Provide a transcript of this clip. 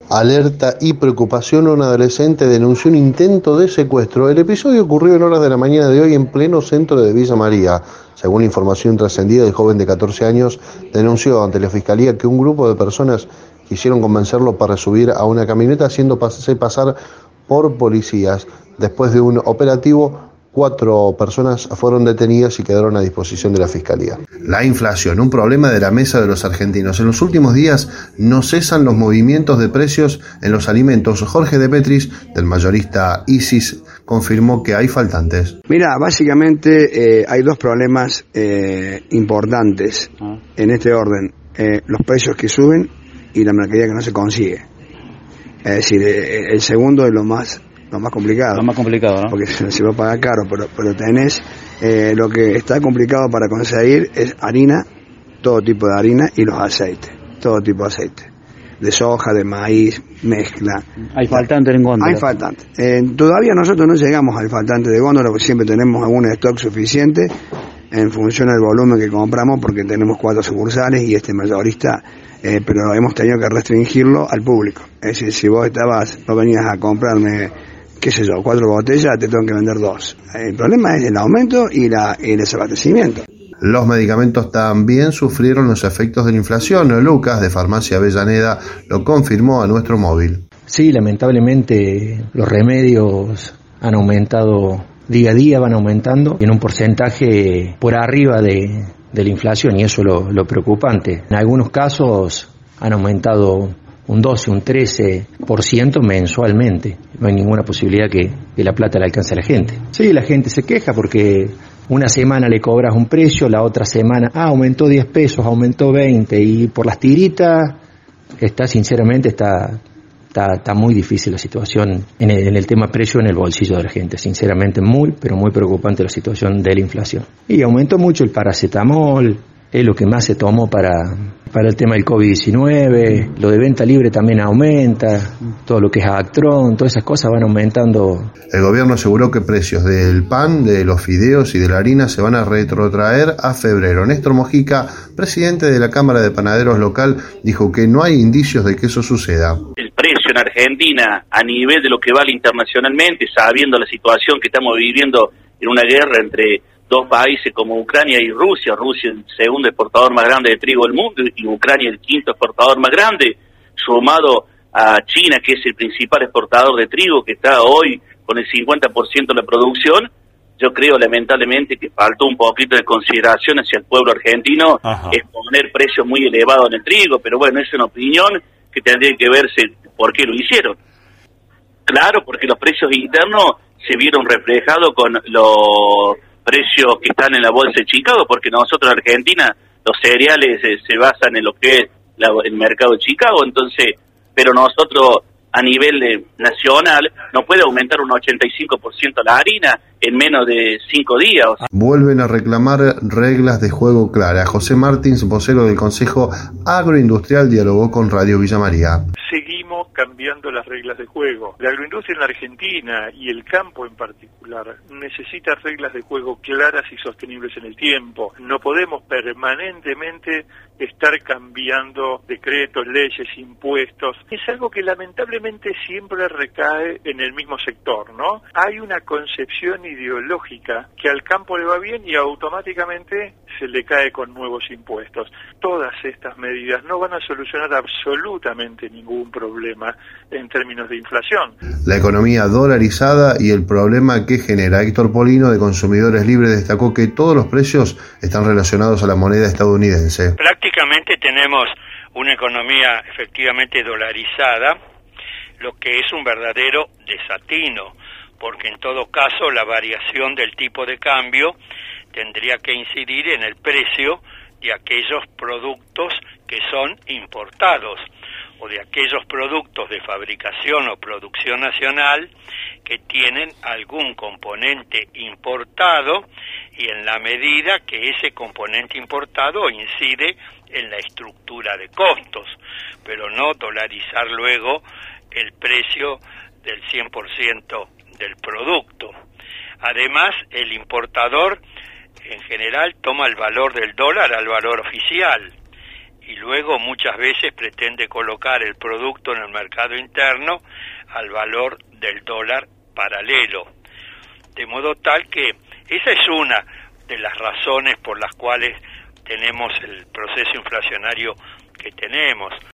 Alerta y preocupación, un adolescente denunció un intento de secuestro. El episodio ocurrió en horas de la mañana de hoy en pleno centro de Villa María. Según información trascendida, el joven de 14 años denunció ante la fiscalía que un grupo de personas quisieron convencerlo para subir a una camioneta haciéndose pasar por policías. Después de un operativo, 4 personas fueron detenidas y quedaron a disposición de la Fiscalía. La inflación, un problema de la mesa de los argentinos. En los últimos días no cesan los movimientos de precios en los alimentos. Jorge de Petris, del mayorista Isis, confirmó que hay faltantes. Mira, básicamente hay 2 problemas importantes en este orden. Los precios que suben y la mercadería que no se consigue. Es decir, el segundo es lo más complicado. Lo más complicado, ¿no? Porque se va a pagar caro, pero tenés, lo que está complicado para conseguir es harina, todo tipo de harina, y los aceites, todo tipo de aceite. De soja, de maíz, mezcla. Hay faltantes en góndola. Hay faltantes. Todavía nosotros no llegamos al faltante de góndola, porque siempre tenemos algún stock suficiente en función del volumen que compramos, porque tenemos 4 sucursales y este mayorista, pero hemos tenido que restringirlo al público. Es decir, si vos no venías a comprarme, qué sé yo, 4 botellas, te tengo que vender 2. El problema es el aumento y el desabastecimiento. Los medicamentos también sufrieron los efectos de la inflación. Lucas, de Farmacia Avellaneda, lo confirmó a nuestro móvil. Sí, lamentablemente los remedios han aumentado día a día, van aumentando en un porcentaje por arriba de la inflación, y eso es lo preocupante. En algunos casos han aumentado un 12, un 13% mensualmente. No hay ninguna posibilidad que la plata le alcance a la gente. Sí, la gente se queja porque una semana le cobras un precio, la otra semana, aumentó 10 pesos, aumentó 20, y por las tiritas sinceramente está muy difícil la situación en el tema precio en el bolsillo de la gente. Sinceramente pero muy preocupante la situación de la inflación. Y aumentó mucho el paracetamol, es lo que más se tomó para el tema del COVID-19, lo de venta libre también aumenta, todo lo que es Actron, todas esas cosas van aumentando. El gobierno aseguró que precios del pan, de los fideos y de la harina se van a retrotraer a febrero. Néstor Mojica, presidente de la Cámara de Panaderos local, dijo que no hay indicios de que eso suceda. El precio en Argentina, a nivel de lo que vale internacionalmente, sabiendo la situación que estamos viviendo en una guerra entre 2 países como Ucrania y Rusia, el segundo exportador más grande de trigo del mundo y Ucrania el 5º exportador más grande, sumado a China, que es el principal exportador de trigo, que está hoy con el 50% de la producción. Yo creo lamentablemente que faltó un poquito de consideración hacia el pueblo argentino. Ajá. Es poner precios muy elevados en el trigo, pero bueno, es una opinión que tendría que verse por qué lo hicieron. Claro, porque los precios internos se vieron reflejados con los precios que están en la bolsa de Chicago, porque nosotros en Argentina los cereales se basan en lo que es el mercado de Chicago, entonces, pero nosotros a nivel nacional no puede aumentar un 85% la harina en menos de 5 días. O sea. Vuelven a reclamar reglas de juego claras. José Martins, vocero del Consejo Agroindustrial, dialogó con Radio Villa María. Seguimos cambiando las reglas de juego. La agroindustria en la Argentina y el campo en particular necesita reglas de juego claras y sostenibles en el tiempo. No podemos permanentemente estar cambiando decretos, leyes, impuestos. Es algo que lamentablemente siempre recae en el mismo sector, ¿no? Hay una concepción ideológica que al campo le va bien y automáticamente se le cae con nuevos impuestos. Todas estas medidas no van a solucionar absolutamente ningún problema en términos de inflación. La economía dolarizada y el problema que genera. Héctor Polino, de Consumidores Libres, destacó que todos los precios están relacionados a la moneda estadounidense. Prácticamente tenemos una economía efectivamente dolarizada, lo que es un verdadero desatino, porque en todo caso la variación del tipo de cambio tendría que incidir en el precio de aquellos productos que son importados o de aquellos productos de fabricación o producción nacional que tienen algún componente importado, y en la medida que ese componente importado incide en la estructura de costos, pero no dolarizar luego el precio del 100% del producto. Además, el importador en general toma el valor del dólar al valor oficial, y luego muchas veces pretende colocar el producto en el mercado interno al valor del dólar paralelo. De modo tal que esa es una de las razones por las cuales tenemos el proceso inflacionario que tenemos.